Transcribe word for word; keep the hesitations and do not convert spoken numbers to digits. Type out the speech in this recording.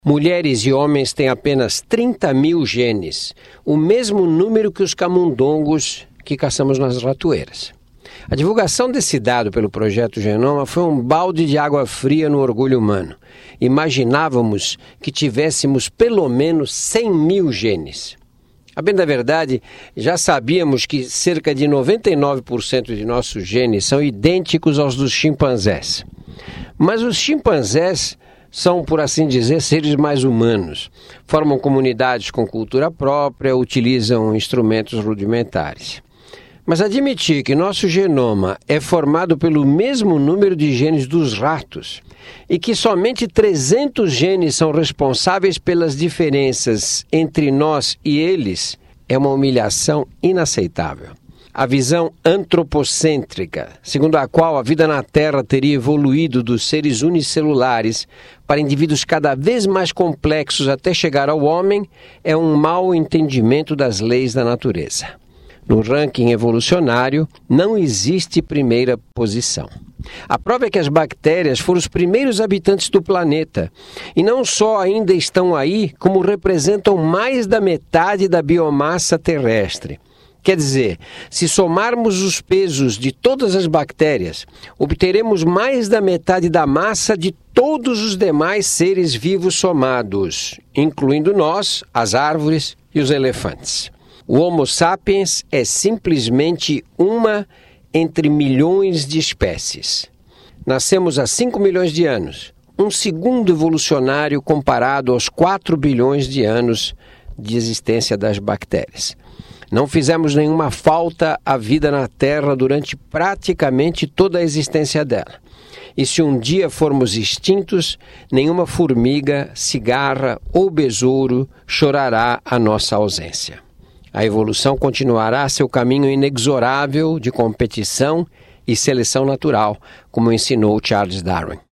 Mulheres e homens têm apenas trinta mil genes, o mesmo número que os camundongos que caçamos nas ratoeiras. A divulgação desse dado pelo Projeto Genoma foi um balde de água fria no orgulho humano. Imaginávamos que tivéssemos pelo menos cem mil genes. A bem da verdade, já sabíamos que cerca de noventa e nove por cento de nossos genes são idênticos aos dos chimpanzés. Mas os chimpanzés são, por assim dizer, seres mais humanos. Formam comunidades com cultura própria, utilizam instrumentos rudimentares. Mas admitir que nosso genoma é formado pelo mesmo número de genes dos ratos e que somente trezentos genes são responsáveis pelas diferenças entre nós e eles é uma humilhação inaceitável. A visão antropocêntrica, segundo a qual a vida na Terra teria evoluído dos seres unicelulares para indivíduos cada vez mais complexos até chegar ao homem, é um mau entendimento das leis da natureza. No ranking evolucionário, não existe primeira posição. A prova é que as bactérias foram os primeiros habitantes do planeta e não só ainda estão aí, como representam mais da metade da biomassa terrestre. Quer dizer, se somarmos os pesos de todas as bactérias, obteremos mais da metade da massa de todos os demais seres vivos somados, incluindo nós, as árvores e os elefantes. O Homo sapiens é simplesmente uma entre milhões de espécies. Nascemos há cinco milhões de anos, um segundo evolucionário comparado aos quatro bilhões de anos de existência das bactérias. Não fizemos nenhuma falta à vida na Terra durante praticamente toda a existência dela. E se um dia formos extintos, nenhuma formiga, cigarra ou besouro chorará a nossa ausência. A evolução continuará seu caminho inexorável de competição e seleção natural, como ensinou Charles Darwin.